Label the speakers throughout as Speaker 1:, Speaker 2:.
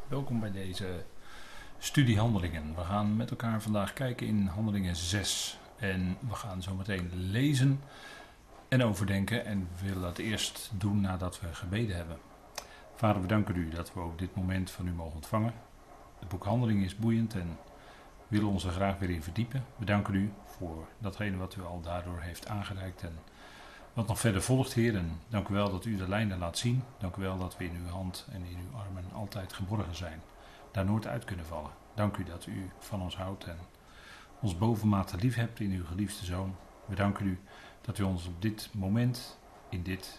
Speaker 1: Welkom bij deze studie Handelingen. We gaan met elkaar vandaag kijken in Handelingen 6. En we gaan zo meteen lezen en overdenken. En we willen dat eerst doen nadat we gebeden hebben. Vader, we danken u dat we ook dit moment van u mogen ontvangen. Het boek Handelingen is boeiend en we willen ons er graag weer in verdiepen. We danken u voor datgene wat u al daardoor heeft aangereikt en wat nog verder volgt, Heer. En dank u wel dat u de lijnen laat zien. Dank u wel dat we in uw hand en in uw armen altijd geborgen zijn. Daar nooit uit kunnen vallen. Dank u dat u van ons houdt en ons bovenmate lief hebt in uw geliefde Zoon. We danken u dat u ons op dit moment, in dit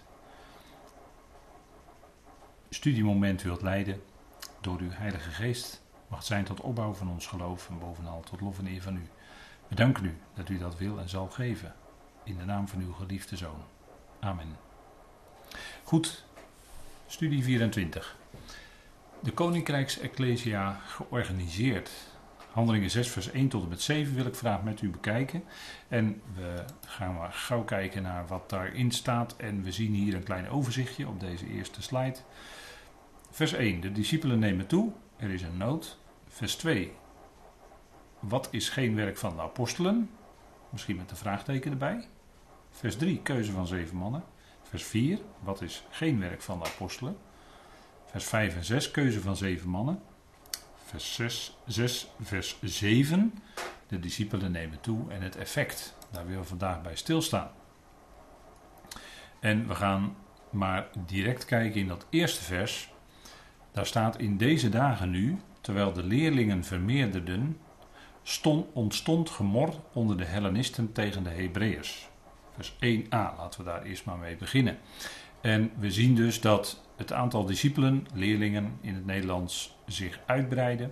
Speaker 1: studiemoment wilt leiden. Door uw Heilige Geest mag het zijn tot opbouw van ons geloof en bovenal tot lof en eer van u. We danken u dat u dat wil en zal geven. In de naam van uw geliefde Zoon. Amen. Goed, studie 24. De Koninkrijksecclesia georganiseerd. Handelingen 6 vers 1 tot en met 7 wil ik vandaag met u bekijken. En we gaan maar gauw kijken naar wat daarin staat. En we zien hier een klein overzichtje op deze eerste slide. Vers 1. De discipelen nemen toe. Er is een nood. Vers 2. Wat is geen werk van de apostelen? Misschien met een vraagteken erbij. Vers 3, keuze van 7 mannen. Vers 4, wat is geen werk van de apostelen? Vers 5 en 6, keuze van 7 mannen. Vers 6, vers 7, de discipelen nemen toe en het effect. Daar willen we vandaag bij stilstaan. En we gaan maar direct kijken in dat eerste vers. Daar staat in deze dagen nu, terwijl de leerlingen vermeerderden, ontstond gemor onder de Hellenisten tegen de Hebreeërs. Vers 1a, laten we daar eerst maar mee beginnen. En we zien dus dat het aantal discipelen, leerlingen in het Nederlands, zich uitbreiden.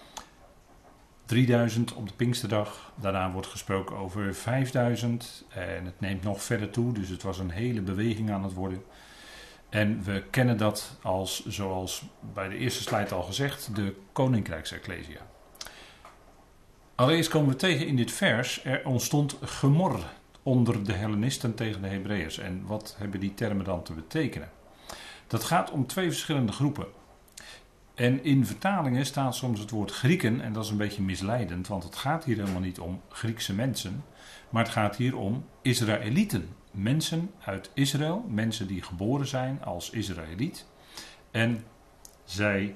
Speaker 1: 3000 op de Pinksterdag, daarna wordt gesproken over 5000 en het neemt nog verder toe, dus het was een hele beweging aan het worden. En we kennen dat als, zoals bij de eerste slide al gezegd, de Koninkrijksecclesia. Allereerst komen we tegen in dit vers, er ontstond gemor onder de Hellenisten tegen de Hebreeërs. En wat hebben die termen dan te betekenen? Dat gaat om twee verschillende groepen. En in vertalingen staat soms het woord Grieken, en dat is een beetje misleidend, want het gaat hier helemaal niet om Griekse mensen, maar het gaat hier om Israëlieten. Mensen uit Israël, mensen die geboren zijn als Israëliet. En zij,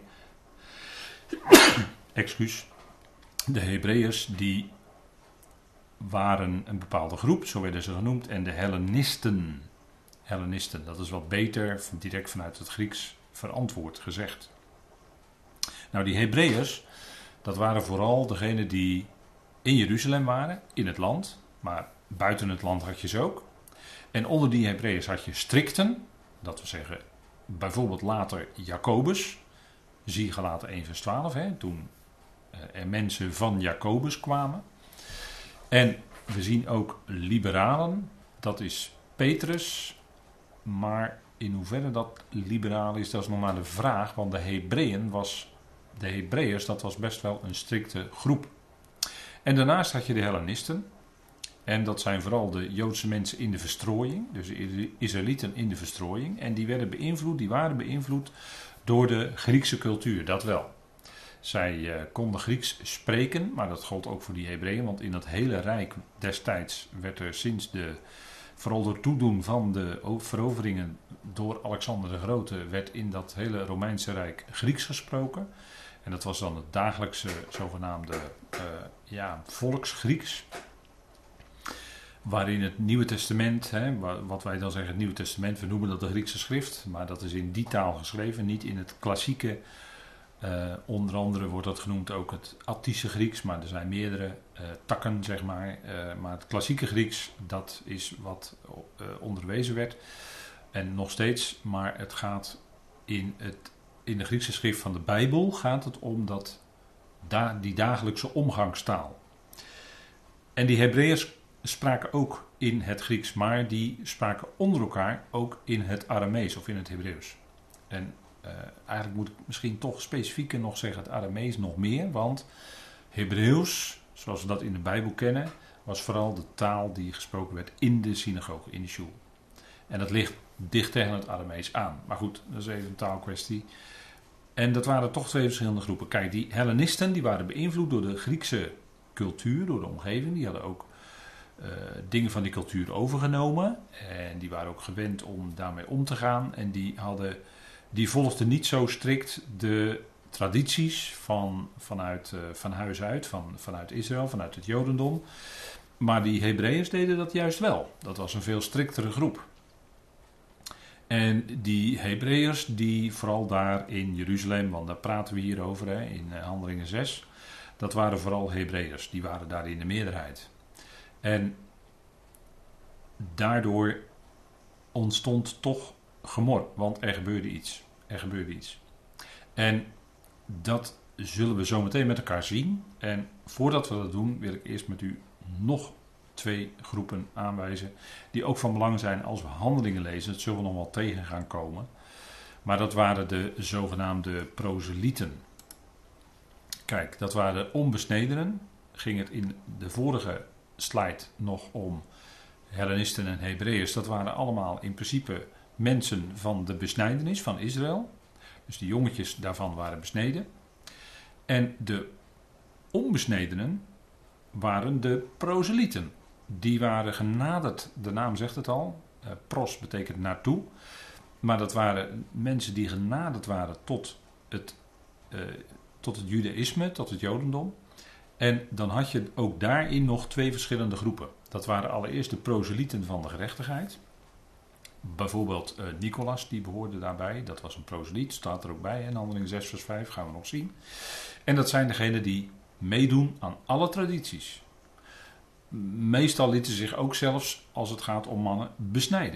Speaker 1: de Hebreeërs, die waren een bepaalde groep, zo werden ze genoemd, en de Hellenisten. Hellenisten, dat is wat beter, direct vanuit het Grieks verantwoord gezegd. Nou, die Hebreeërs, dat waren vooral degenen die in Jeruzalem waren, in het land, maar buiten het land had je ze ook. En onder die Hebreeërs had je strikten, dat wil zeggen, bijvoorbeeld later Jacobus, zie Galaten 1 vers 12, toen er mensen van Jacobus kwamen. En we zien ook liberalen, dat is Petrus, maar in hoeverre dat liberaal is, dat is nog maar de vraag, want de Hebreeërs, dat was best wel een strikte groep. En daarnaast had je de Hellenisten, en dat zijn vooral de Joodse mensen in de verstrooiing, dus de Israëlieten in de verstrooiing, en die waren beïnvloed door de Griekse cultuur, dat wel. Zij konden Grieks spreken, maar dat gold ook voor die Hebreeën, want in dat hele rijk destijds werd er sinds vooral door toedoen van de veroveringen door Alexander de Grote, werd in dat hele Romeinse rijk Grieks gesproken. En dat was dan het dagelijkse zogenaamde volksgrieks. Waarin het Nieuwe Testament, wat wij dan zeggen het Nieuwe Testament, we noemen dat de Griekse schrift, maar dat is in die taal geschreven, niet in het klassieke. Onder andere wordt dat genoemd ook het Attische Grieks, maar er zijn meerdere takken, zeg maar. Maar het klassieke Grieks, dat is wat onderwezen werd. En nog steeds, maar het gaat in de Griekse schrift van de Bijbel gaat het om die dagelijkse omgangstaal. En die Hebreeërs spraken ook in het Grieks, maar die spraken onder elkaar ook in het Aramees of in het Hebreeuws. En eigenlijk moet ik misschien toch specifieker nog zeggen het Aramees nog meer, want Hebreeuws, zoals we dat in de Bijbel kennen, was vooral de taal die gesproken werd in de synagoge, in de shul. En dat ligt dicht tegen het Aramees aan. Maar goed, dat is even een taalkwestie. En dat waren toch twee verschillende groepen. Kijk, die Hellenisten die waren beïnvloed door de Griekse cultuur, door de omgeving. Die hadden ook dingen van die cultuur overgenomen. En die waren ook gewend om daarmee om te gaan. En die volgden niet zo strikt de tradities van huis uit, vanuit Israël, vanuit het Jodendom. Maar die Hebreeërs deden dat juist wel. Dat was een veel striktere groep. En die Hebreeërs, die vooral daar in Jeruzalem, want daar praten we hier over in Handelingen 6, dat waren vooral Hebreeërs. Die waren daar in de meerderheid. En daardoor ontstond toch gemor, want er gebeurde iets. Er gebeurde iets. En dat zullen we zo meteen met elkaar zien. En voordat we dat doen, wil ik eerst met u nog twee groepen aanwijzen die ook van belang zijn als we Handelingen lezen. Dat zullen we nog wel tegen gaan komen. Maar dat waren de zogenaamde proselieten. Kijk, dat waren de onbesnedenen. Ging het in de vorige slide nog om Hellenisten en Hebreeërs. Dat waren allemaal in principe mensen van de besnijdenis van Israël. Dus die jongetjes daarvan waren besneden. En de onbesnedenen waren de proselieten. Die waren genaderd, de naam zegt het al. Pros betekent naartoe. Maar dat waren mensen die genaderd waren tot het judaïsme, tot het jodendom. En dan had je ook daarin nog twee verschillende groepen. Dat waren allereerst de proselieten van de gerechtigheid. Bijvoorbeeld Nicolas, die behoorde daarbij. Dat was een proseliet, staat er ook bij. In Handelingen 6 vers 5 gaan we nog zien. En dat zijn degenen die meedoen aan alle tradities. Meestal lieten zich ook zelfs, als het gaat om mannen, besnijden.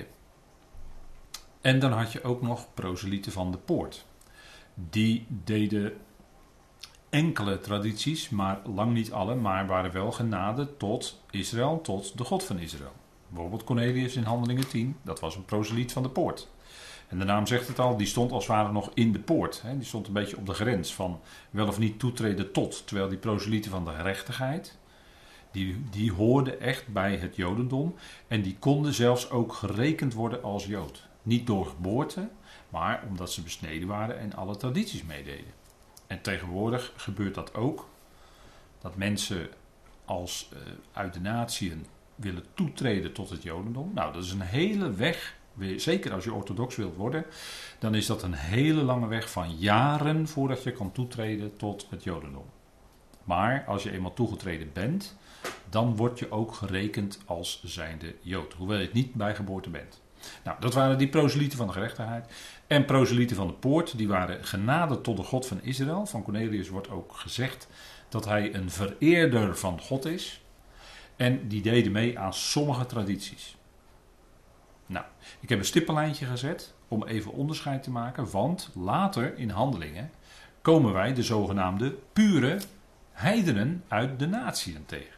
Speaker 1: En dan had je ook nog proselieten van de poort. Die deden enkele tradities, maar lang niet alle, maar waren wel genaderd tot Israël, tot de God van Israël. Bijvoorbeeld Cornelius in Handelingen 10, dat was een proseliet van de poort. En de naam zegt het al, die stond als het ware nog in de poort. Die stond een beetje op de grens van wel of niet toetreden tot. Terwijl die proselieten van de gerechtigheid, die hoorden echt bij het Jodendom. En die konden zelfs ook gerekend worden als Jood. Niet door geboorte, maar omdat ze besneden waren en alle tradities meededen. En tegenwoordig gebeurt dat ook. Dat mensen als uit de natieën willen toetreden tot het Jodendom. Nou, dat is een hele weg. Zeker als je orthodox wilt worden, dan is dat een hele lange weg van jaren voordat je kan toetreden tot het Jodendom. Maar als je eenmaal toegetreden bent, dan word je ook gerekend als zijnde Jood. Hoewel je het niet bij geboorte bent. Nou, dat waren die proselieten van de gerechtigheid. En proselieten van de poort, die waren genaderd tot de God van Israël. Van Cornelius wordt ook gezegd dat hij een vereerder van God is. En die deden mee aan sommige tradities. Nou, ik heb een stippenlijntje gezet om even onderscheid te maken. Want later in Handelingen komen wij de zogenaamde pure heidenen uit de natieën tegen.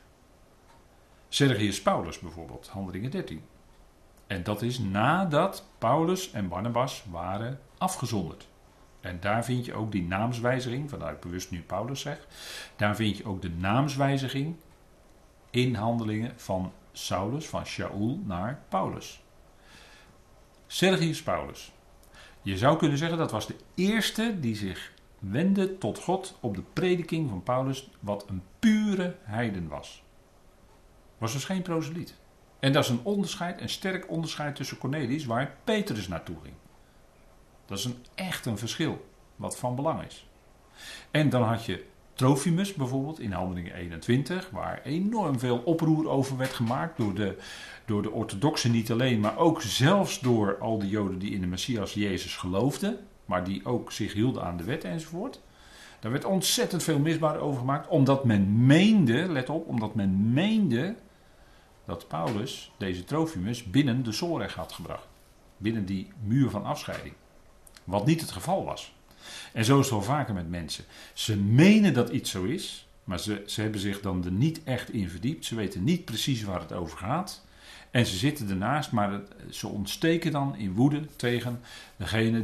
Speaker 1: Sergius Paulus bijvoorbeeld, Handelingen 13. En dat is nadat Paulus en Barnabas waren afgezonderd. En daar vind je ook die naamswijziging, vandaar ik bewust nu Paulus zeg. Daar vind je ook de naamswijziging in Handelingen van Saulus, van Shaul naar Paulus. Sergius Paulus. Je zou kunnen zeggen dat was de eerste die zich wendde tot God op de prediking van Paulus, wat een pure heiden was. Was dus geen proseliet. En dat is een onderscheid, een sterk onderscheid tussen Cornelius, waar Petrus naartoe ging. Dat is echt een verschil, wat van belang is. En dan had je Trofimus bijvoorbeeld in Handelingen 21, waar enorm veel oproer over werd gemaakt door de orthodoxen niet alleen, maar ook zelfs door al die Joden die in de Messias Jezus geloofden, maar die ook zich hielden aan de wet enzovoort. Daar werd ontzettend veel misbaar over gemaakt, omdat men meende, let op, omdat men meende dat Paulus deze Trofimus binnen de Zoreg had gebracht. Binnen die muur van afscheiding. Wat niet het geval was. En zo is het wel vaker met mensen. Ze menen dat iets zo is, maar ze hebben zich dan er niet echt in verdiept. Ze weten niet precies waar het over gaat. En ze zitten ernaast, maar ze ontsteken dan in woede tegen degene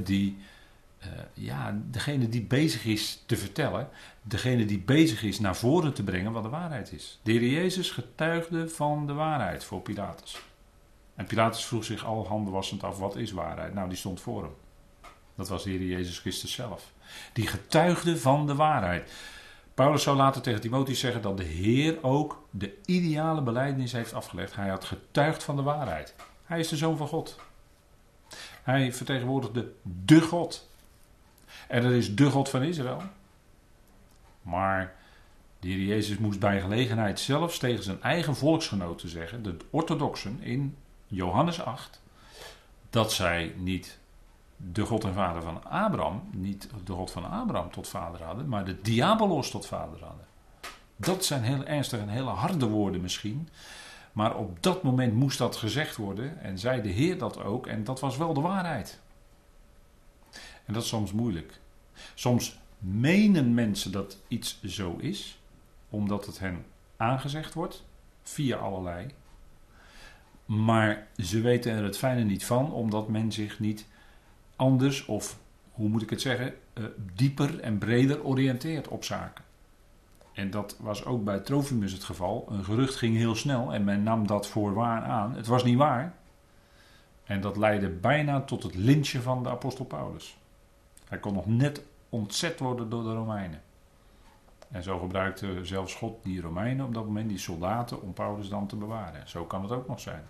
Speaker 1: die bezig is te vertellen. Degene die bezig is naar voren te brengen wat de waarheid is. De Heer Jezus getuigde van de waarheid voor Pilatus. En Pilatus vroeg zich al handen wassend af, wat is waarheid? Nou, die stond voor hem. Dat was de Heer Jezus Christus zelf. Die getuigde van de waarheid. Paulus zou later tegen Timotheus zeggen dat de Heer ook de ideale belijdenis heeft afgelegd. Hij had getuigd van de waarheid. Hij is de Zoon van God. Hij vertegenwoordigde de God. En dat is de God van Israël. Maar de Heer Jezus moest bij gelegenheid zelfs tegen zijn eigen volksgenoten zeggen, de orthodoxen in Johannes 8, dat zij niet de God en vader van Abraham, niet de God van Abraham tot vader hadden, maar de diabolos tot vader hadden. Dat zijn heel ernstige en hele harde woorden misschien. Maar op dat moment moest dat gezegd worden en zei de Heer dat ook en dat was wel de waarheid. En dat is soms moeilijk. Soms menen mensen dat iets zo is, omdat het hen aangezegd wordt, via allerlei. Maar ze weten er het fijne niet van, omdat men zich niet anders, of hoe moet ik het zeggen, dieper en breder oriënteert op zaken. En dat was ook bij Trofimus het geval. Een gerucht ging heel snel en men nam dat voor waar aan. Het was niet waar. En dat leidde bijna tot het lynchen van de apostel Paulus. Hij kon nog net ontzet worden door de Romeinen. En zo gebruikte zelfs God die Romeinen op dat moment, die soldaten, om Paulus dan te bewaren. Zo kan het ook nog zijn.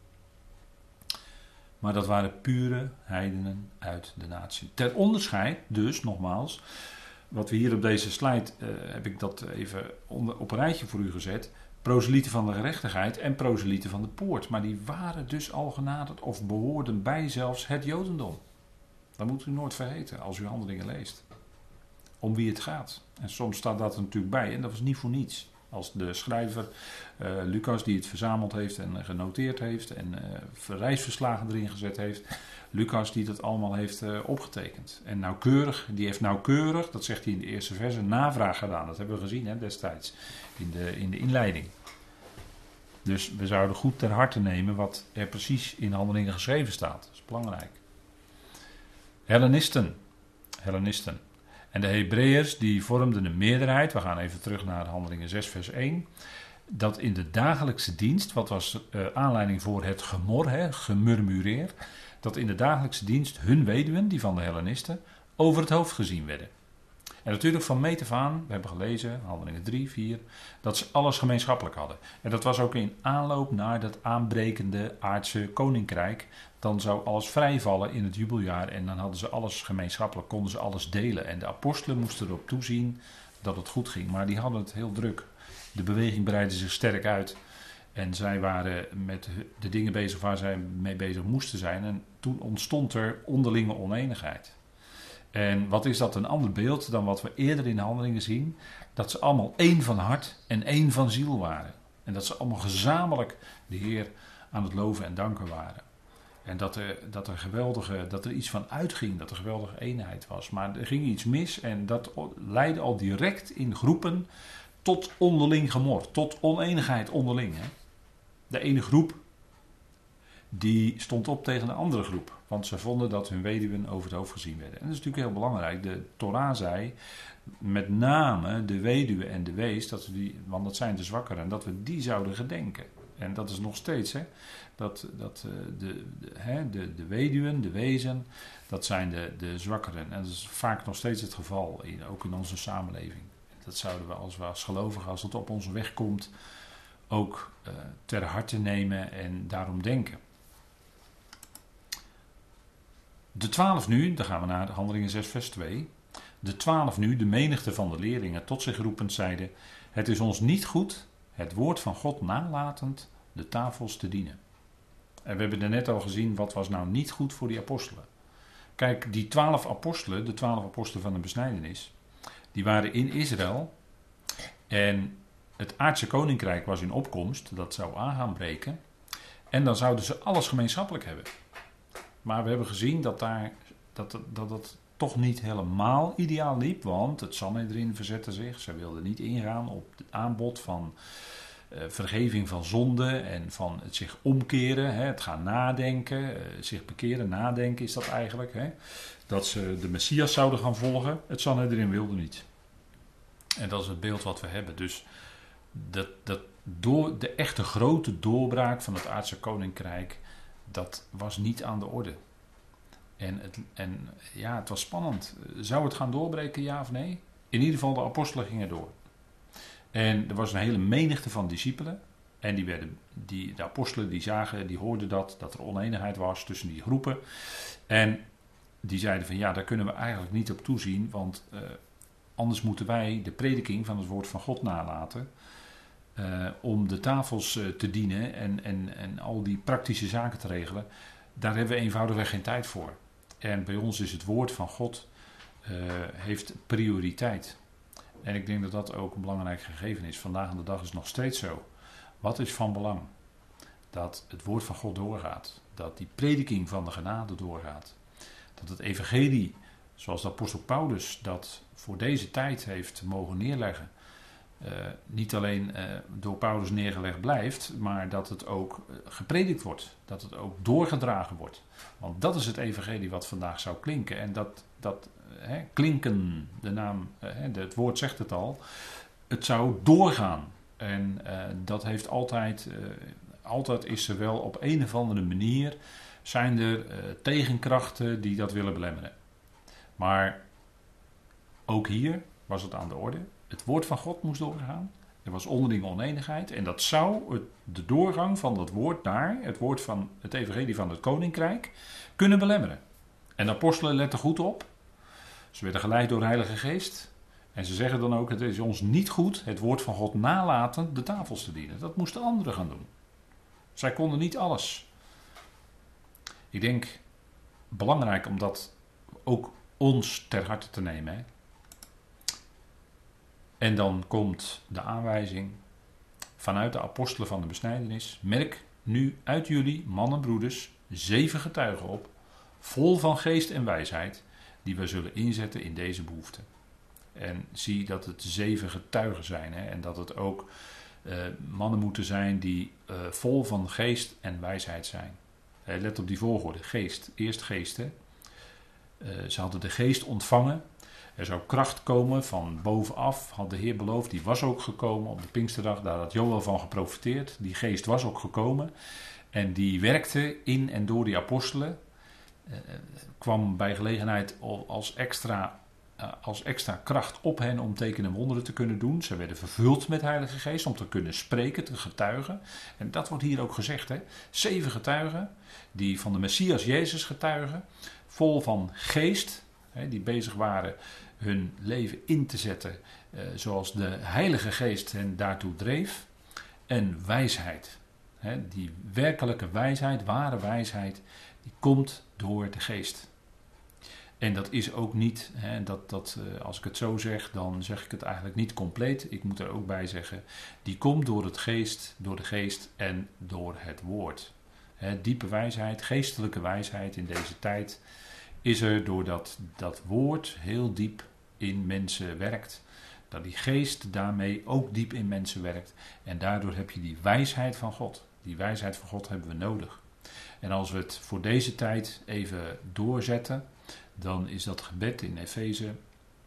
Speaker 1: Maar dat waren pure heidenen uit de natie. Ter onderscheid dus, nogmaals, wat we hier op deze slide, heb ik dat even op een rijtje voor u gezet. Proselieten van de gerechtigheid en proselieten van de poort. Maar die waren dus al genaderd of behoorden bij zelfs het Jodendom. Dat moet u nooit vergeten als u Handelingen leest. Om wie het gaat. En soms staat dat er natuurlijk bij en dat was niet voor niets. Als de schrijver Lucas, die het verzameld heeft en genoteerd heeft en reisverslagen erin gezet heeft. Lucas die dat allemaal heeft opgetekend. En nauwkeurig, die heeft nauwkeurig, dat zegt hij in de eerste verse, navraag gedaan. Dat hebben we gezien destijds in de inleiding. Dus we zouden goed ter harte nemen wat er precies in Handelingen geschreven staat. Dat is belangrijk. Hellenisten. En de Hebreeërs die vormden een meerderheid. We gaan even terug naar Handelingen 6 vers 1. Dat in de dagelijkse dienst, wat was aanleiding voor het gemor, gemurmureer. Dat in de dagelijkse dienst hun weduwen, die van de Hellenisten, over het hoofd gezien werden. En natuurlijk van meet af aan, we hebben gelezen, Handelingen 3, 4, dat ze alles gemeenschappelijk hadden. En dat was ook in aanloop naar dat aanbrekende aardse koninkrijk. Dan zou alles vrijvallen in het jubeljaar en dan hadden ze alles gemeenschappelijk, konden ze alles delen. En de apostelen moesten erop toezien dat het goed ging, maar die hadden het heel druk. De beweging breidde zich sterk uit en zij waren met de dingen bezig waar zij mee bezig moesten zijn. En toen ontstond er onderlinge oneenigheid. En wat is dat een ander beeld dan wat we eerder in de Handelingen zien? Dat ze allemaal één van hart en één van ziel waren. En dat ze allemaal gezamenlijk de Heer aan het loven en danken waren. En dat er iets van uitging, dat er geweldige eenheid was. Maar er ging iets mis en dat leidde al direct in groepen tot onderling gemor, tot oneenigheid onderling. Hè. De ene groep die stond op tegen de andere groep. Want ze vonden dat hun weduwen over het hoofd gezien werden. En dat is natuurlijk heel belangrijk. De Torah zei met name de weduwe en de wees, want dat zijn de zwakkeren, dat we die zouden gedenken. En dat is nog steeds, hè. De weduwen, de wezen, dat zijn de zwakkeren. En dat is vaak nog steeds het geval, ook in onze samenleving. Dat zouden we als gelovigen, als het op onze weg komt, ook ter harte nemen en daarom denken. De 12 nu, dan gaan we naar Handelingen 6 vers 2. De 12 nu, de menigte van de leerlingen tot zich roepend zeiden: het is ons niet goed, het woord van God nalatend, de tafels te dienen. En we hebben er net al gezien, wat was nou niet goed voor die apostelen. Kijk, die 12 apostelen, de 12 apostelen van de besnijdenis, die waren in Israël. En het aardse koninkrijk was in opkomst, dat zou aan gaan breken. En dan zouden ze alles gemeenschappelijk hebben. Maar we hebben gezien dat dat toch niet helemaal ideaal liep. Want het Sanhedrin verzette zich. Ze wilden niet ingaan op het aanbod van vergeving van zonde en van het zich omkeren. Het gaan nadenken, zich bekeren, nadenken is dat eigenlijk. Dat ze de Messias zouden gaan volgen. Het Sanhedrin wilde niet. En dat is het beeld wat we hebben. Dus door de echte grote doorbraak van het aardse koninkrijk, dat was niet aan de orde. En het was spannend. Zou het gaan doorbreken, ja of nee? In ieder geval, de apostelen gingen door. En er was een hele menigte van discipelen. En de apostelen die hoorden dat er oneenigheid was tussen die groepen. En die zeiden van daar kunnen we eigenlijk niet op toezien. Want anders moeten wij de prediking van het woord van God nalaten. Om de tafels te dienen en al die praktische zaken te regelen. Daar hebben we eenvoudigweg geen tijd voor. En bij ons is het woord van God heeft prioriteit. En ik denk dat dat ook een belangrijk gegeven is. Vandaag aan de dag is het nog steeds zo. Wat is van belang? Dat het woord van God doorgaat. Dat die prediking van de genade doorgaat. Dat het evangelie, zoals de apostel Paulus dat voor deze tijd heeft mogen neerleggen. Niet alleen door Paulus neergelegd blijft, maar dat het ook gepredikt wordt. Dat het ook doorgedragen wordt. Want dat is het evangelie wat vandaag zou klinken. En dat klinken, de naam, het woord zegt het al, het zou doorgaan. En dat heeft altijd is er wel op een of andere manier, zijn er tegenkrachten die dat willen belemmeren. Maar ook hier was het aan de orde. Het woord van God moest doorgaan. Er was onderlinge oneenigheid. En dat zou de doorgang van dat woord naar het woord van het evangelie van het koninkrijk kunnen belemmeren. En de apostelen letten goed op. Ze werden geleid door de Heilige Geest. En ze zeggen dan ook, het is ons niet goed het woord van God nalaten de tafels te dienen. Dat moesten anderen gaan doen. Zij konden niet alles. Ik denk, belangrijk om dat ook ons ter harte te nemen. Hè. En dan komt de aanwijzing vanuit de apostelen van de besnijdenis. Merk nu uit jullie, mannen, broeders, 7 getuigen op, vol van geest en wijsheid, die we zullen inzetten in deze behoefte. En zie dat het 7 getuigen zijn. Hè, en dat het ook mannen moeten zijn die vol van geest en wijsheid zijn. Let op die volgorde. Geest. Eerst geest. Hè. Ze hadden de geest ontvangen. Er zou kracht komen van bovenaf, had de Heer beloofd. Die was ook gekomen op de Pinksterdag. Daar had Joël van geprofiteerd. Die geest was ook gekomen. En die werkte in en door die apostelen. Kwam bij gelegenheid als extra kracht op hen om tekenen en wonderen te kunnen doen. Ze werden vervuld met Heilige Geest om te kunnen spreken, te getuigen. En dat wordt hier ook gezegd. 7 getuigen die van de Messias Jezus getuigen. Vol van geest. Die bezig waren hun leven in te zetten zoals de Heilige Geest hen daartoe dreef. En wijsheid. Die werkelijke wijsheid, ware wijsheid, die komt door de geest. En dat is ook niet, als ik het zo zeg, dan zeg ik het eigenlijk niet compleet. Ik moet er ook bij zeggen, die komt door de geest en door het woord. Diepe wijsheid, geestelijke wijsheid in deze tijd is er doordat dat woord heel diep in mensen werkt. Dat die geest daarmee ook diep in mensen werkt. En daardoor heb je die wijsheid van God. Die wijsheid van God hebben we nodig. En als we het voor deze tijd even doorzetten, dan is dat gebed in Efeze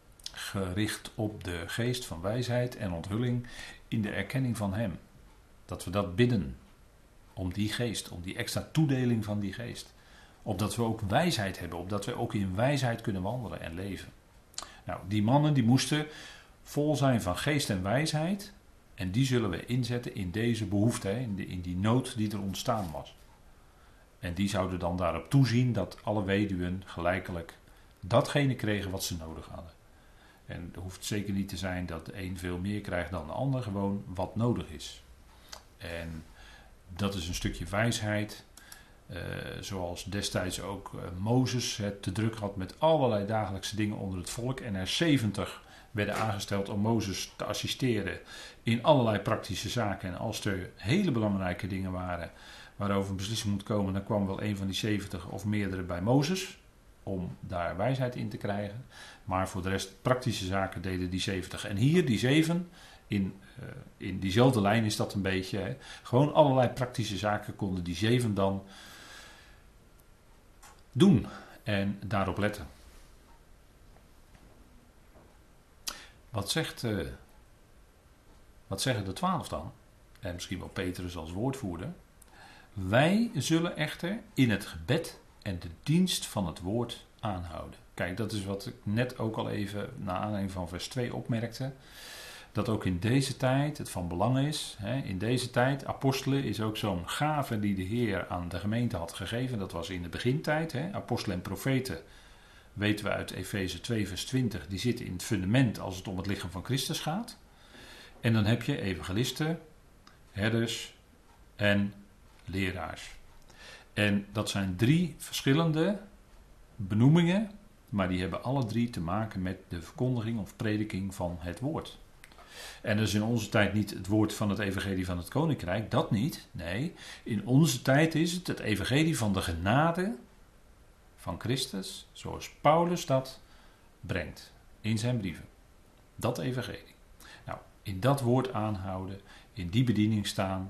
Speaker 1: gericht op de geest van wijsheid en onthulling in de erkenning van Hem. Dat we dat bidden om die geest, om die extra toedeling van die geest. Opdat we ook wijsheid hebben, opdat we ook in wijsheid kunnen wandelen en leven. Nou, die mannen die moesten vol zijn van geest en wijsheid. En die zullen we inzetten in deze behoefte, in die nood die er ontstaan was. En die zouden dan daarop toezien dat alle weduwen gelijkelijk datgene kregen wat ze nodig hadden. En het hoeft zeker niet te zijn dat de een veel meer krijgt dan de ander, gewoon wat nodig is. En dat is een stukje wijsheid. Zoals destijds ook Mozes het te druk had met allerlei dagelijkse dingen onder het volk. En er 70 werden aangesteld om Mozes te assisteren in allerlei praktische zaken. En als er hele belangrijke dingen waren waarover een beslissing moet komen, dan kwam wel een van die 70 of meerdere bij Mozes om daar wijsheid in te krijgen. Maar voor de rest praktische zaken deden die 70. En hier die 7, in diezelfde lijn is dat een beetje. Hè. Gewoon allerlei praktische zaken konden die 7 dan doen en daarop letten. Wat zeggen de 12 dan? En misschien wel Petrus als woordvoerder. Wij zullen echter in het gebed en de dienst van het woord aanhouden. Kijk, dat is wat ik net ook al even naar aanleiding van vers 2 opmerkte. Dat ook in deze tijd het van belang is. In deze tijd, apostelen is ook zo'n gave die de Heer aan de gemeente had gegeven. Dat was in de begintijd. Apostelen en profeten, weten we uit Efeze 2 vers 20, die zitten in het fundament als het om het lichaam van Christus gaat. En dan heb je evangelisten, herders en leraars. En dat zijn 3 verschillende benoemingen, maar die hebben alle 3 te maken met de verkondiging of prediking van het woord. En dat is in onze tijd niet het woord van het evangelie van het koninkrijk, dat niet. Nee, in onze tijd is het evangelie van de genade van Christus, zoals Paulus dat brengt in zijn brieven. Dat evangelie. Nou, in dat woord aanhouden, in die bediening staan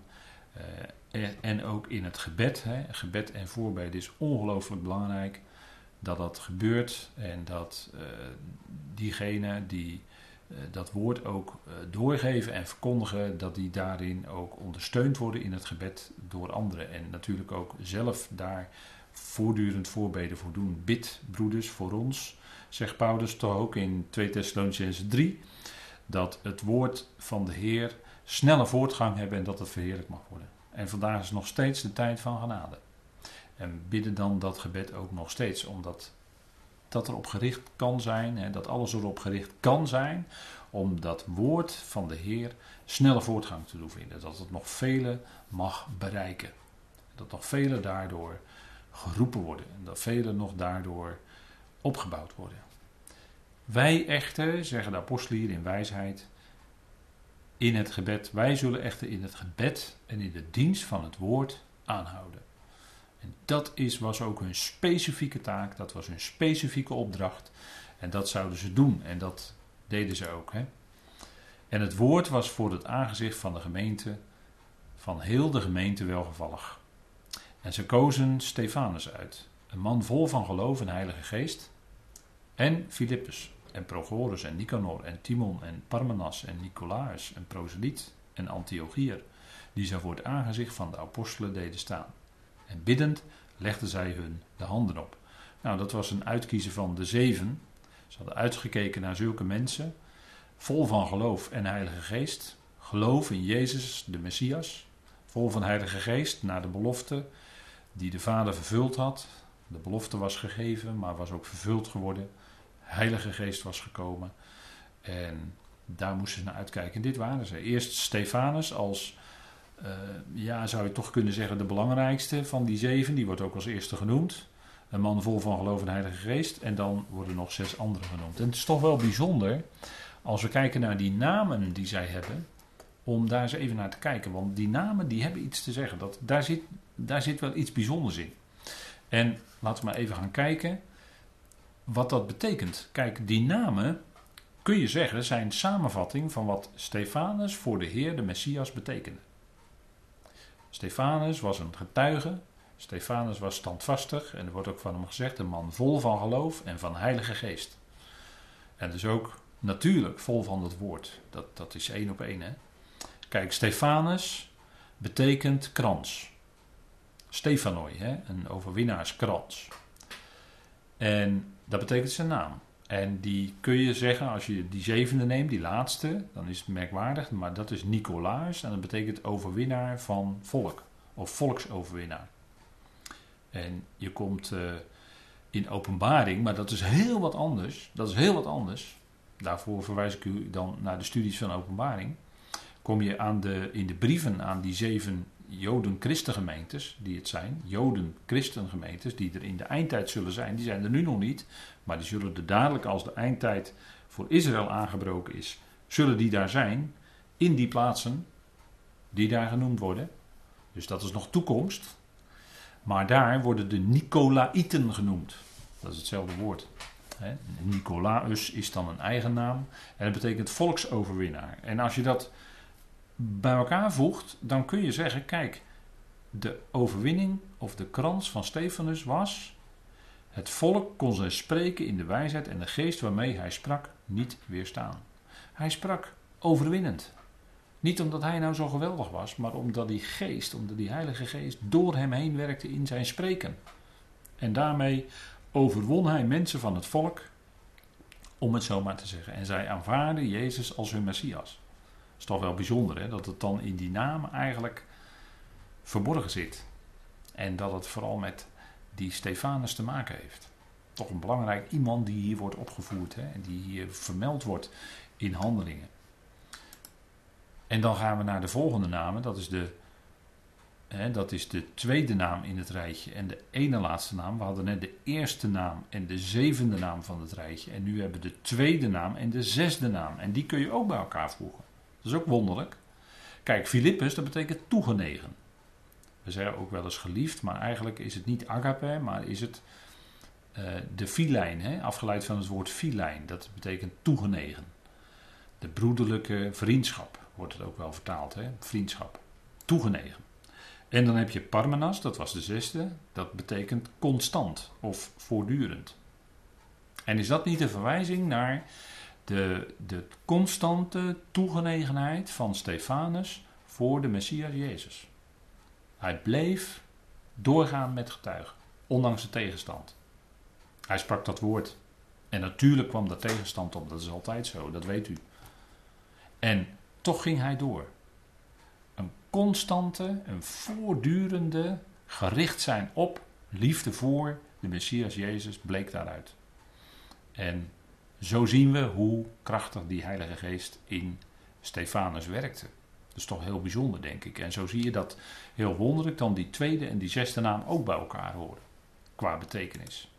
Speaker 1: en ook in het gebed. Gebed en voorbeden is ongelooflijk belangrijk dat dat gebeurt en dat diegene die dat woord ook doorgeven en verkondigen, dat die daarin ook ondersteund worden in het gebed door anderen. En natuurlijk ook zelf daar voortdurend voorbeden voor doen. Bid, broeders, voor ons, zegt Paulus toch ook in 2 Thessalonicenzen 3, dat het woord van de Heer snelle voortgang hebben en dat het verheerlijk mag worden. En vandaag is nog steeds de tijd van genade. En bidden dan dat gebed ook nog steeds, omdat dat erop gericht kan zijn, dat alles erop gericht kan zijn, om dat woord van de Heer snelle voortgang te doen vinden. Dat het nog velen mag bereiken. Dat nog velen daardoor geroepen worden. En dat velen nog daardoor opgebouwd worden. Wij echter, zeggen de apostelen hier in wijsheid, in het gebed, wij zullen echter in het gebed en in de dienst van het woord aanhouden. En dat was ook hun specifieke taak, dat was hun specifieke opdracht. En dat zouden ze doen en dat deden ze ook. En het woord was voor het aangezicht van de gemeente, van heel de gemeente welgevallig. En ze kozen Stefanus uit, een man vol van geloof en heilige geest, en Filippus, en Prochorus, en Nicanor, en Timon, en Parmenas, en Nicolaas, en Proseliet, en Antiochier, die zij voor het aangezicht van de apostelen deden staan. En biddend legden zij hun de handen op. Nou, dat was een uitkiezen van de 7. Ze hadden uitgekeken naar zulke mensen, vol van geloof en heilige geest. Geloof in Jezus, de Messias. Vol van heilige geest, naar de belofte die de Vader vervuld had. De belofte was gegeven, maar was ook vervuld geworden. Heilige geest was gekomen. En daar moesten ze naar uitkijken. En dit waren ze. Eerst Stefanus als, zou je toch kunnen zeggen, de belangrijkste van die 7. Die wordt ook als eerste genoemd. Een man vol van geloof en heilige geest. En dan worden nog 6 anderen genoemd. En het is toch wel bijzonder, als we kijken naar die namen die zij hebben, om daar eens even naar te kijken. Want die namen die hebben iets te zeggen. Daar zit wel iets bijzonders in. En laten we maar even gaan kijken wat dat betekent. Kijk, die namen, kun je zeggen, zijn samenvatting van wat Stefanus voor de Heer, de Messias, betekende. Stefanus was een getuige. Stefanus was standvastig. En er wordt ook van hem gezegd, een man vol van geloof en van heilige geest. En dus ook natuurlijk vol van het woord. Dat is 1 op 1. Hè? Kijk, Stefanus betekent krans. Stefanoi, een overwinnaarskrans. En dat betekent zijn naam. En die kun je zeggen, als je die 7e neemt, die laatste, dan is het merkwaardig, maar dat is Nicolaas en dat betekent overwinnaar van volk, of volksoverwinnaar. En je komt in Openbaring, maar dat is heel wat anders. Daarvoor verwijs ik u dan naar de studies van Openbaring. Kom je in de brieven aan die 7 Joden-christengemeentes, die het zijn, Joden-christengemeentes, die er in de eindtijd zullen zijn, die zijn er nu nog niet, maar die zullen er dadelijk, als de eindtijd voor Israël aangebroken is, zullen die daar zijn, in die plaatsen die daar genoemd worden. Dus dat is nog toekomst. Maar daar worden de Nicolaïten genoemd. Dat is hetzelfde woord. Nicolaus is dan een eigen naam en dat betekent volksoverwinnaar. En als je dat bij elkaar voegt, dan kun je zeggen, kijk, de overwinning of de krans van Stefanus was, het volk kon zijn spreken in de wijsheid en de geest waarmee hij sprak niet weerstaan. Hij sprak overwinnend. Niet omdat hij nou zo geweldig was, maar omdat die heilige geest door hem heen werkte in zijn spreken. En daarmee overwon hij mensen van het volk, om het zo maar te zeggen. En zij aanvaarden Jezus als hun Messias. Dat is toch wel bijzonder, hè? Dat het dan in die naam eigenlijk verborgen zit. En dat het vooral met die Stefanus te maken heeft. Toch een belangrijk iemand die hier wordt opgevoerd, hè? En die hier vermeld wordt in Handelingen. En dan gaan we naar de volgende namen. Dat is de tweede naam in het rijtje en de ene laatste naam. We hadden net de eerste naam en de zevende naam van het rijtje. En nu hebben we de tweede naam en de zesde naam. En die kun je ook bij elkaar voegen. Dat is ook wonderlijk. Kijk, Filippus, dat betekent toegenegen. We zeggen ook wel eens geliefd, maar eigenlijk is het niet agape, maar is het de filijn, afgeleid van het woord filijn. Dat betekent toegenegen. De broederlijke vriendschap wordt het ook wel vertaald, vriendschap. Toegenegen. En dan heb je Parmenas, dat was de zesde, dat betekent constant of voortdurend. En is dat niet een verwijzing naar de constante toegenegenheid van Stefanus voor de Messias Jezus? Hij bleef doorgaan met getuigen, ondanks de tegenstand. Hij sprak dat woord. En natuurlijk kwam daar tegenstand op, dat is altijd zo, dat weet u. En toch ging hij door. Een constante, een voortdurende, gericht zijn op liefde voor de Messias Jezus bleek daaruit. En zo zien we hoe krachtig die Heilige Geest in Stefanus werkte. Dat is toch heel bijzonder, denk ik. En zo zie je dat heel wonderlijk dan die tweede en die zesde naam ook bij elkaar horen. Qua betekenis.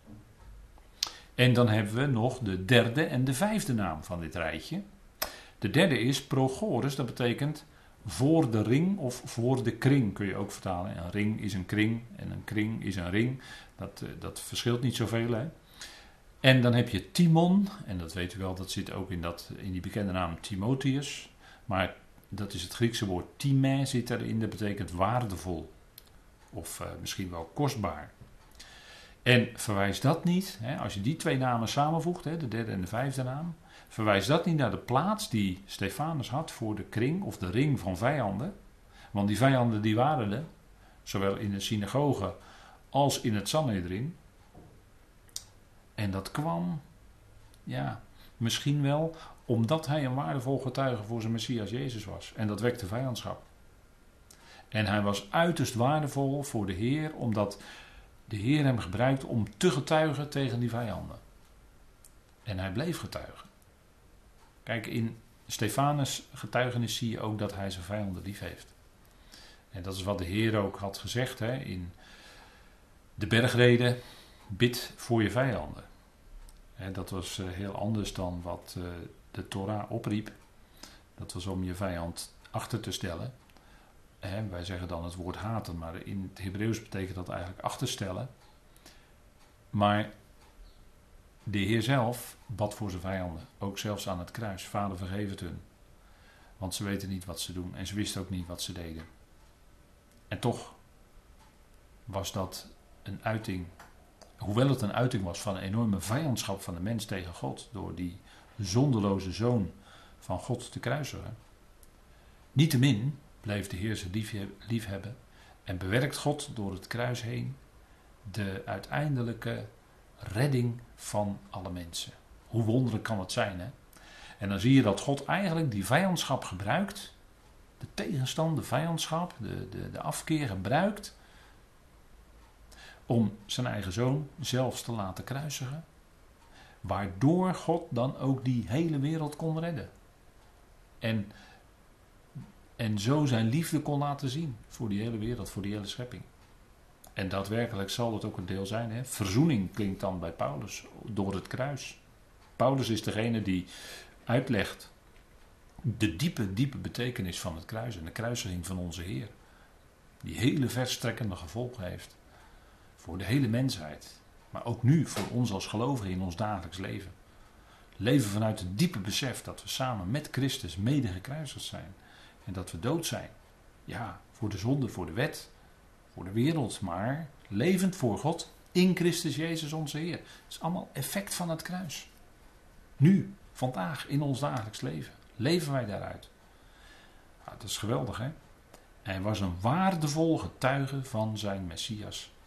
Speaker 1: En dan hebben we nog de derde en de vijfde naam van dit rijtje. De derde is Prochorus, dat betekent voor de ring of voor de kring kun je ook vertalen. Een ring is een kring en een kring is een ring. Dat verschilt niet zoveel. Hè? En dan heb je Timon, en dat weet u wel, dat zit ook in die bekende naam Timotheus. Maar dat is het Griekse woord time zit erin, dat betekent waardevol. Of misschien wel kostbaar. En verwijst dat niet, als je die twee namen samenvoegt, de derde en de vijfde naam, verwijst dat niet naar de plaats die Stefanus had voor de kring of de ring van vijanden? Want die vijanden die waren er, zowel in de synagoge als in het Sanhedrin. En dat kwam, misschien wel omdat hij een waardevol getuige voor zijn Messias Jezus was. En dat wekte vijandschap. En hij was uiterst waardevol voor de Heer, omdat de Heer hem gebruikte om te getuigen tegen die vijanden. En hij bleef getuigen. Kijk, in Stefanus' getuigenis zie je ook dat hij zijn vijanden lief heeft. En dat is wat de Heer ook had gezegd in de bergrede, bid voor je vijanden. Dat was heel anders dan wat de Torah opriep. Dat was om je vijand achter te stellen. Wij zeggen dan het woord haten, maar in het Hebreeuws betekent dat eigenlijk achterstellen. Maar de Heer zelf bad voor zijn vijanden, ook zelfs aan het kruis. Vader, vergeef het hun, want ze weten niet wat ze doen en ze wisten ook niet wat ze deden. En toch was dat een uiting, hoewel het een uiting was van een enorme vijandschap van de mens tegen God, door die zonderloze zoon van God te kruisigen. Niettemin bleef de Heer ze lief hebben en bewerkt God door het kruis heen de uiteindelijke redding van alle mensen. Hoe wonderlijk kan het zijn, hè? En dan zie je dat God eigenlijk die vijandschap gebruikt, de tegenstand, de vijandschap, de afkeer gebruikt, om zijn eigen zoon zelfs te laten kruisigen, waardoor God dan ook die hele wereld kon redden. En zo zijn liefde kon laten zien voor die hele wereld, voor die hele schepping. En daadwerkelijk zal het ook een deel zijn. Hè? Verzoening klinkt dan bij Paulus door het kruis. Paulus is degene die uitlegt de diepe betekenis van het kruis en de kruisiging van onze Heer. Die hele verstrekkende gevolgen heeft voor de hele mensheid. Maar ook nu voor ons als gelovigen in ons dagelijks leven. Leven vanuit het diepe besef dat we samen met Christus mede gekruisigd zijn. En dat we dood zijn. Ja, voor de zonde, voor de wet, voor de wereld. Maar levend voor God in Christus Jezus onze Heer. Het is allemaal effect van het kruis. Nu, vandaag, in ons dagelijks leven. Leven wij daaruit. Nou, dat is geweldig, hè? Hij was een waardevol getuige van zijn Messias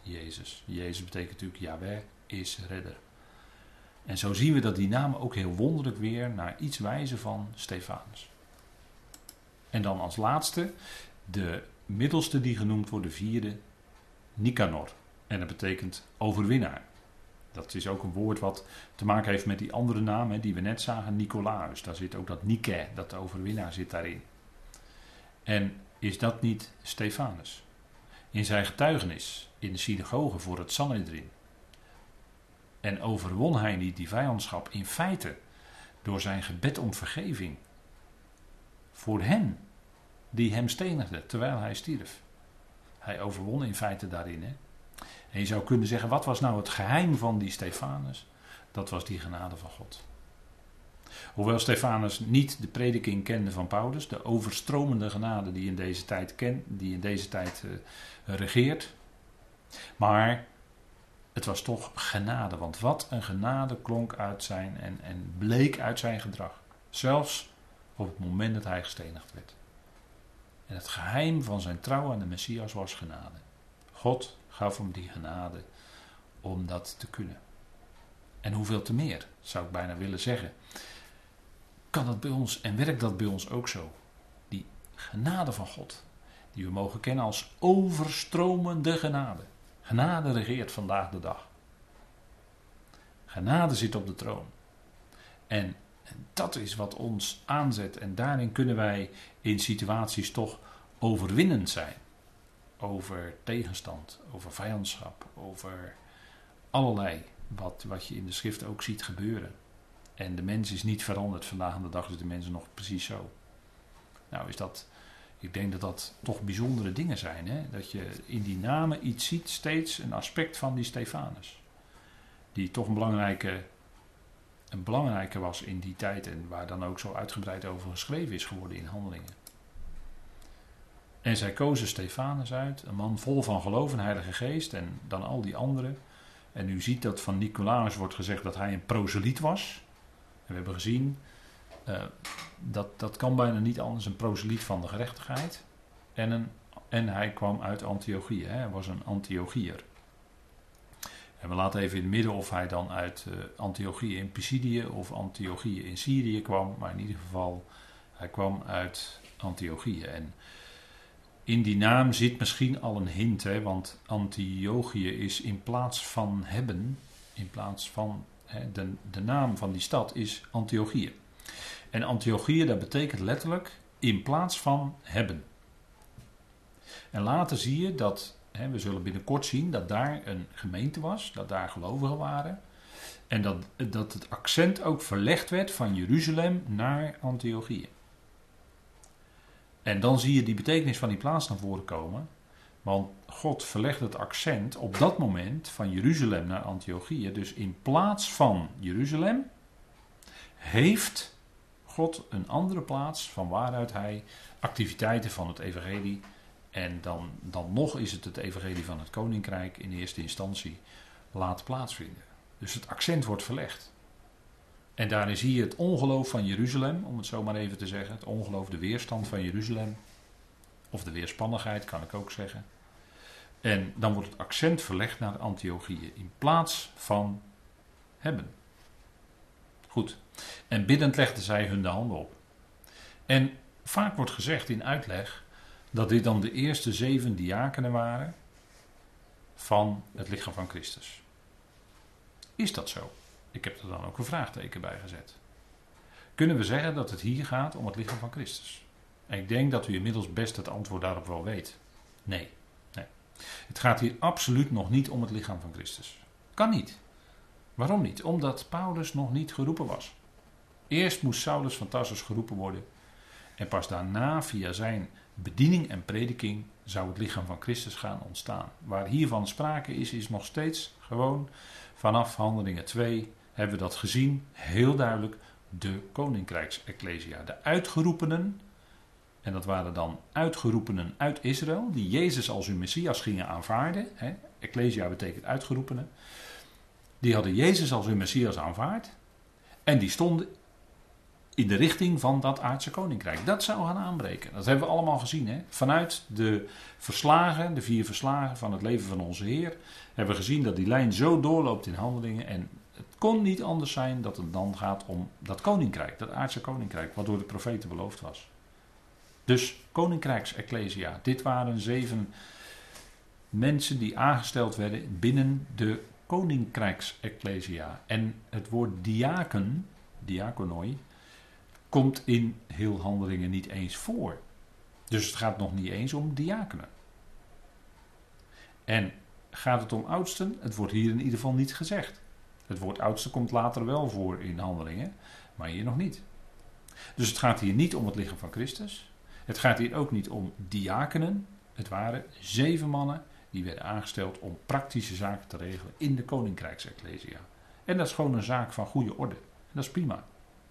Speaker 1: Jezus. Jezus betekent natuurlijk Yahweh is redder. En zo zien we dat die namen ook heel wonderlijk weer naar iets wijzen van Stefanus. En dan als laatste, de middelste die genoemd wordt, de vierde, Nicanor. En dat betekent overwinnaar. Dat is ook een woord wat te maken heeft met die andere naam die we net zagen, Nicolaus. Daar zit ook dat Nike, dat overwinnaar zit daarin. En is dat niet Stefanus? In zijn getuigenis in de synagoge voor het Sanhedrin. En overwon hij niet die vijandschap in feite door zijn gebed om vergeving voor hen die hem stenigden terwijl hij stierf. Hij overwon in feite daarin. Hè? En je zou kunnen zeggen, wat was nou het geheim van die Stefanus? Dat was die genade van God. Hoewel Stefanus niet de prediking kende van Paulus, de overstromende genade die in deze tijd regeert. Maar het was toch genade, want wat een genade klonk uit zijn en bleek uit zijn gedrag. Zelfs op het moment dat hij gestenigd werd. En het geheim van zijn trouw aan de Messias was genade. God gaf hem die genade om dat te kunnen. En hoeveel te meer, zou ik bijna willen zeggen. Kan dat bij ons en werkt dat bij ons ook zo? Die genade van God, die we mogen kennen als overstromende genade. Genade regeert vandaag de dag. Genade zit op de troon. En dat is wat ons aanzet. En daarin kunnen wij in situaties toch overwinnend zijn. Over tegenstand, over vijandschap, over allerlei wat je in de schrift ook ziet gebeuren. En de mens is niet veranderd. Vandaag aan de dag is de mens nog precies zo. Nou is dat, ik denk dat dat toch bijzondere dingen zijn. Hè? Dat je in die namen iets ziet, steeds een aspect van die Stefanus. Die toch een belangrijke was in die tijd. En waar dan ook zo uitgebreid over geschreven is geworden in Handelingen. En zij kozen Stefanus uit. Een man vol van geloof en Heilige Geest. En dan al die anderen. En u ziet dat van Nicolaas wordt gezegd dat hij een proseliet was. En we hebben gezien, dat kan bijna niet anders, een proseliet van de gerechtigheid. En hij kwam uit Antiochië, hij was een Antiochiër. En we laten even in het midden of hij dan uit Antiochië in Pisidië of Antiochië in Syrië kwam. Maar in ieder geval, hij kwam uit Antiochië. En in die naam zit misschien al een hint, want Antiochië is in plaats van hebben, in plaats van de naam van die stad is Antiochië. En Antiochië, dat betekent letterlijk in plaats van hebben. En later zie je dat, we zullen binnenkort zien dat daar een gemeente was, dat daar gelovigen waren. En dat het accent ook verlegd werd van Jeruzalem naar Antiochië. En dan zie je die betekenis van die plaats naar voren komen. Want God verlegde het accent op dat moment van Jeruzalem naar Antiochië. Dus in plaats van Jeruzalem heeft God een andere plaats van waaruit hij activiteiten van het evangelie. En dan nog is het evangelie van het koninkrijk in eerste instantie laat plaatsvinden. Dus het accent wordt verlegd. En daarin zie je het ongeloof van Jeruzalem, om het zo maar even te zeggen. Het ongeloof, de weerstand van Jeruzalem. Of de weerspannigheid, kan ik ook zeggen. En dan wordt het accent verlegd naar Antiochië. In plaats van hebben. Goed. En biddend legden zij hun de handen op. En vaak wordt gezegd in uitleg dat dit dan de eerste 7 diakenen waren van het lichaam van Christus. Is dat zo? Ik heb er dan ook een vraagteken bij gezet. Kunnen we zeggen dat het hier gaat om het lichaam van Christus? En ik denk dat u inmiddels best het antwoord daarop wel weet. Nee. Het gaat hier absoluut nog niet om het lichaam van Christus. Kan niet. Waarom niet? Omdat Paulus nog niet geroepen was. Eerst moest Saulus van Tarsus geroepen worden. En pas daarna, via zijn bediening en prediking, zou het lichaam van Christus gaan ontstaan. Waar hiervan sprake is nog steeds gewoon vanaf Handelingen 2 hebben we dat gezien, heel duidelijk, de koninkrijksecclesia. De uitgeroepenen, en dat waren dan uitgeroepenen uit Israël, die Jezus als hun Messias gingen aanvaarden. Ecclesia betekent uitgeroepenen. Die hadden Jezus als hun Messias aanvaard. En die stonden in de richting van dat aardse koninkrijk. Dat zou gaan aanbreken. Dat hebben we allemaal gezien. Hè? Vanuit de verslagen, de 4 verslagen van het leven van onze Heer, hebben we gezien dat die lijn zo doorloopt in Handelingen. En het kon niet anders zijn dat het dan gaat om dat koninkrijk, dat aardse koninkrijk, wat door de profeten beloofd was. Dus koninkrijks-ecclesia. Dit waren 7 mensen die aangesteld werden binnen de koninkrijks-ecclesia. En het woord diaken, diakonoi, komt in heel Handelingen niet eens voor. Dus het gaat nog niet eens om diakenen. En gaat het om oudsten? Het wordt hier in ieder geval niet gezegd. Het woord oudste komt later wel voor in Handelingen, maar hier nog niet. Dus het gaat hier niet om het lichaam van Christus. Het gaat hier ook niet om diakenen. Het waren 7 mannen die werden aangesteld om praktische zaken te regelen in de koninkrijks-ecclesia. En dat is gewoon een zaak van goede orde. En dat is prima.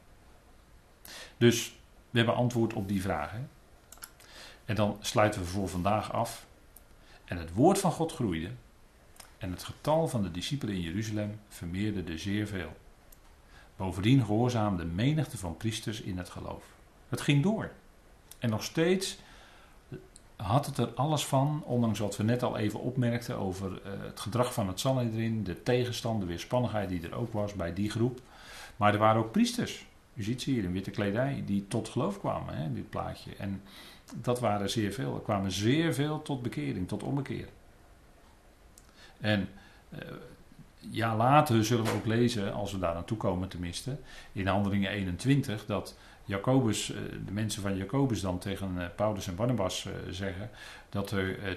Speaker 1: Dus we hebben antwoord op die vragen. En dan sluiten we voor vandaag af. En het woord van God groeide. En het getal van de discipelen in Jeruzalem vermeerderde zeer veel. Bovendien gehoorzaamde de menigte van priesters in het geloof. Het ging door. En nog steeds had het er alles van, ondanks wat we net al even opmerkten over het gedrag van het Sanhedrin, de tegenstand, de weerspannigheid die er ook was bij die groep. Maar er waren ook priesters. U ziet ze hier in witte kledij die tot geloof kwamen, hè, dit plaatje. En dat waren zeer veel. Er kwamen zeer veel tot bekering, tot ommekeer. En ja, later zullen we ook lezen, als we daar aan toe komen tenminste, in Handelingen 21, dat Jacobus, de mensen van Jacobus dan tegen Paulus en Barnabas zeggen dat er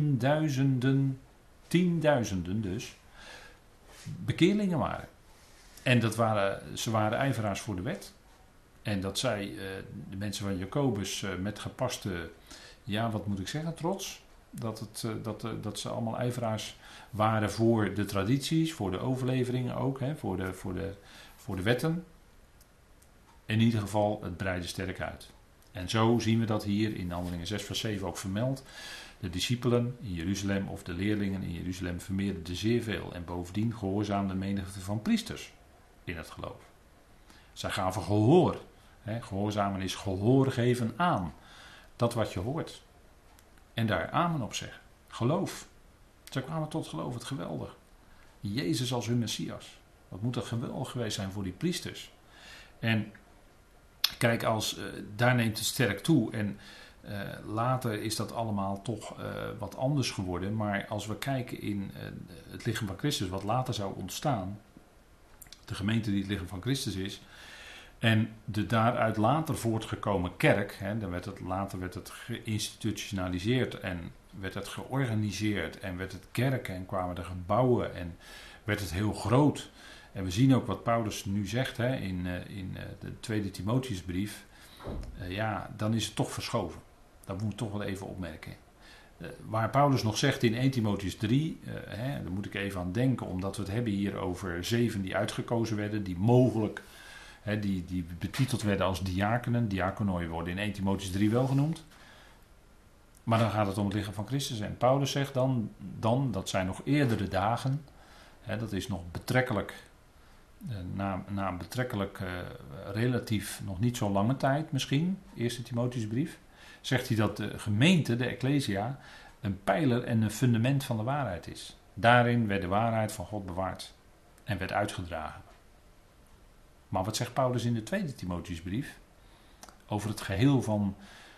Speaker 1: tienduizenden dus, bekeerlingen waren. En ze waren ijveraars voor de wet. En dat zij, de mensen van Jacobus, met gepaste, ja wat moet ik zeggen, trots, dat ze allemaal ijveraars waren voor de tradities, voor de overleveringen ook, hè, voor de wetten. In ieder geval, het breidde sterk uit. En zo zien we dat hier in Handelingen 6 vers 7 ook vermeld. De discipelen in Jeruzalem of de leerlingen in Jeruzalem vermeerderden zeer veel. En bovendien gehoorzaamde de menigte van priesters in het geloof. Zij gaven gehoor. Hè, gehoorzamen is gehoor geven aan. Dat wat je hoort. En daar amen op zeggen. Geloof. Zij kwamen tot geloof, het geweldig. Jezus als hun Messias. Wat moet dat geweldig geweest zijn voor die priesters. En kijk, daar neemt het sterk toe. En later is dat allemaal toch wat anders geworden. Maar als we kijken in het lichaam van Christus, wat later zou ontstaan. De gemeente die het lichaam van Christus is. En de daaruit later voortgekomen kerk. Hè, later werd het geïnstitutionaliseerd en werd het georganiseerd. En werd het kerken en kwamen er gebouwen en werd het heel groot. En we zien ook wat Paulus nu zegt, hè, in de tweede Timotheusbrief. Ja, dan is het toch verschoven. Dat moet ik toch wel even opmerken. Waar Paulus nog zegt in 1 Timotheus 3, daar moet ik even aan denken, omdat we het hebben hier over 7 die uitgekozen werden, die mogelijk, die betiteld werden als diakenen. Diakonoi worden in 1 Timotheus 3 wel genoemd. Maar dan gaat het om het lichaam van Christus. En Paulus zegt dan dat zijn nog eerdere dagen. Dat is nog betrekkelijk, na een betrekkelijk relatief nog niet zo lange tijd misschien, eerste Timotheusbrief, zegt hij dat de gemeente, de Ecclesia, een pijler en een fundament van de waarheid is. Daarin werd de waarheid van God bewaard en werd uitgedragen. Maar wat zegt Paulus in de tweede Timotheusbrief? Over het geheel van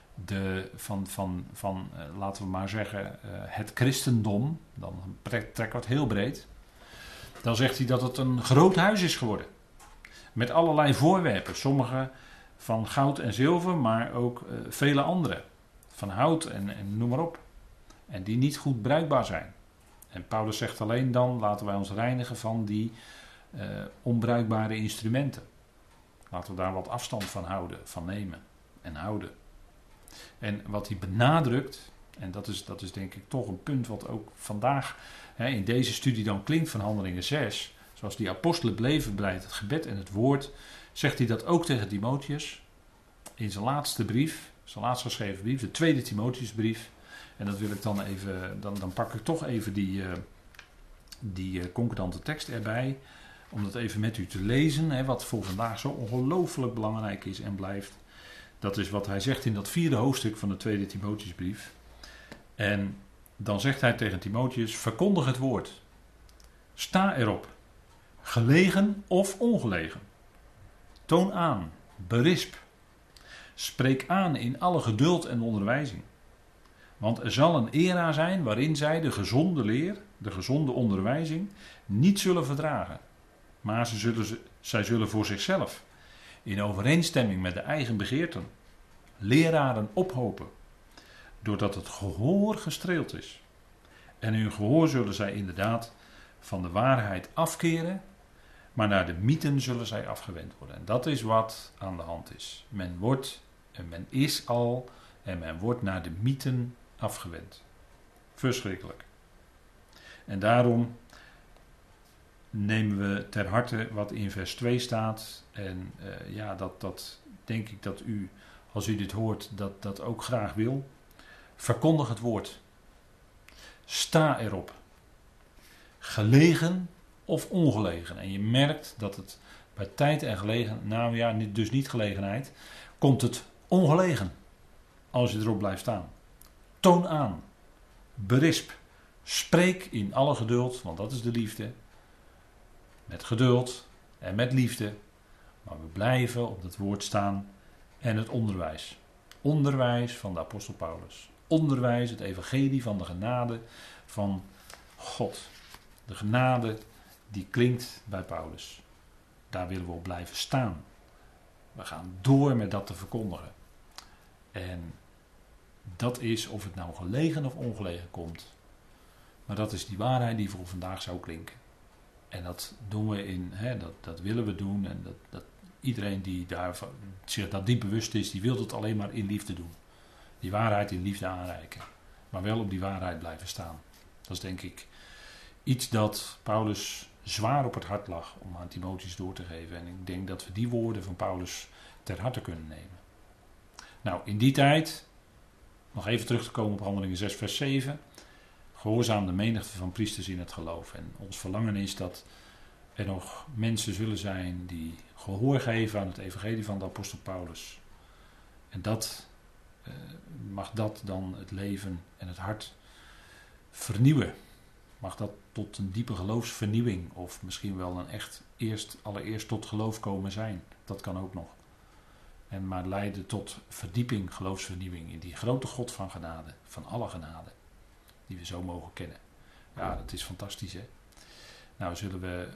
Speaker 1: laten we maar zeggen, het christendom, dan trekken we het heel breed. Dan zegt hij dat het een groot huis is geworden. Met allerlei voorwerpen. Sommige van goud en zilver, maar ook vele andere. Van hout en noem maar op. En die niet goed bruikbaar zijn. En Paulus zegt alleen dan, laten wij ons reinigen van die onbruikbare instrumenten. Laten we daar wat afstand van houden, van nemen en houden. En wat hij benadrukt, en dat is denk ik toch een punt wat ook vandaag in deze studie dan klinkt van Handelingen 6, zoals die apostelen bleven bij het gebed en het woord, zegt hij dat ook tegen Timotheus in zijn laatste brief, zijn laatst geschreven brief, de tweede Timotheusbrief. En dat wil ik dan even, dan pak ik toch even die concordante tekst erbij. om dat even met u te lezen, hè, wat voor vandaag zo ongelooflijk belangrijk is en blijft. Dat is wat hij zegt in dat 4e hoofdstuk van de 2e Timotheusbrief. En dan zegt hij tegen Timotheus: verkondig het woord. Sta erop. Gelegen of ongelegen. Toon aan. Berisp. Spreek aan in alle geduld en onderwijzing. Want er zal een era zijn waarin zij de gezonde leer, de gezonde onderwijzing, niet zullen verdragen. Maar zij zullen voor zichzelf, in overeenstemming met de eigen begeerten, leraren ophopen, doordat het gehoor gestreeld is. En hun gehoor zullen zij inderdaad van de waarheid afkeren, maar naar de mythen zullen zij afgewend worden. En dat is wat aan de hand is. Men wordt, en men is al, en men wordt naar de mythen afgewend. Verschrikkelijk. En daarom nemen we ter harte wat in vers 2 staat. En dat denk ik dat u, als u dit hoort, dat ook graag wil. Verkondig het woord. Sta erop. Gelegen of ongelegen. En je merkt dat het bij tijd en gelegenheid, dus niet gelegenheid, komt het ongelegen als je erop blijft staan. Toon aan. Berisp. Spreek in alle geduld, want dat is de liefde. Met geduld en met liefde. Maar we blijven op het woord staan en het onderwijs. Onderwijs van de apostel Paulus. Onderwijs, het evangelie van de genade van God. De genade die klinkt bij Paulus. Daar willen we op blijven staan. We gaan door met dat te verkondigen. En dat is of het nou gelegen of ongelegen komt. Maar dat is die waarheid die voor vandaag zou klinken. En dat doen we dat willen we doen. En dat iedereen die daar zich dat diep bewust is, die wil het alleen maar in liefde doen. Die waarheid in liefde aanreiken. Maar wel op die waarheid blijven staan. Dat is denk ik iets dat Paulus zwaar op het hart lag om aan Timotheus door te geven. En ik denk dat we die woorden van Paulus ter harte kunnen nemen. Nou, in die tijd, nog even terug te komen op Handelingen 6 vers 7. Gehoorzaam de menigte van priesters in het geloof. En ons verlangen is dat er nog mensen zullen zijn die gehoor geven aan het evangelie van de apostel Paulus. En mag dat dan het leven en het hart vernieuwen. Mag dat tot een diepe geloofsvernieuwing of misschien wel een echt allereerst tot geloof komen zijn. Dat kan ook nog. Maar leiden tot verdieping, geloofsvernieuwing in die grote God van genade, van alle genade, die we zo mogen kennen. Ja, dat is fantastisch, hè. Nou, zullen we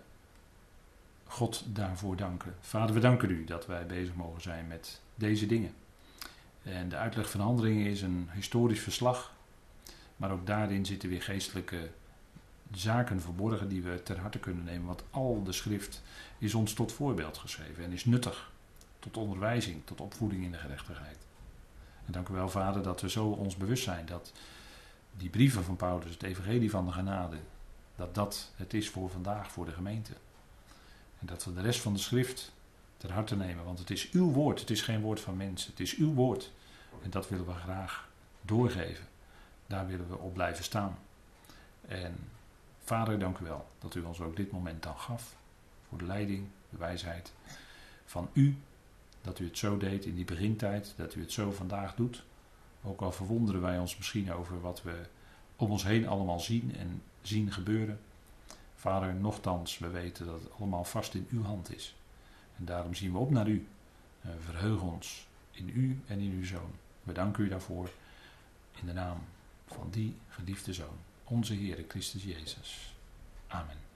Speaker 1: God daarvoor danken. Vader, we danken u dat wij bezig mogen zijn met deze dingen. En de uitleg van Handelingen is een historisch verslag, maar ook daarin zitten weer geestelijke zaken verborgen die we ter harte kunnen nemen. Want al de schrift is ons tot voorbeeld geschreven en is nuttig. Tot onderwijzing, tot opvoeding in de gerechtigheid. En dank u wel, Vader, dat we zo ons bewust zijn dat die brieven van Paulus, het evangelie van de genade, dat het is voor vandaag, voor de gemeente. En dat we de rest van de schrift ter harte nemen, want het is uw woord, het is geen woord van mensen, het is uw woord. En dat willen we graag doorgeven. Daar willen we op blijven staan. En Vader, dank u wel dat u ons ook dit moment dan gaf, voor de leiding, de wijsheid van u. Dat u het zo deed in die begintijd, dat u het zo vandaag doet. Ook al verwonderen wij ons misschien over wat we om ons heen allemaal zien en zien gebeuren. Vader, nochtans, we weten dat het allemaal vast in uw hand is. En daarom zien we op naar u. En we verheugen ons in u en in uw Zoon. We danken u daarvoor in de naam van die geliefde Zoon, onze Heere Christus Jezus. Amen.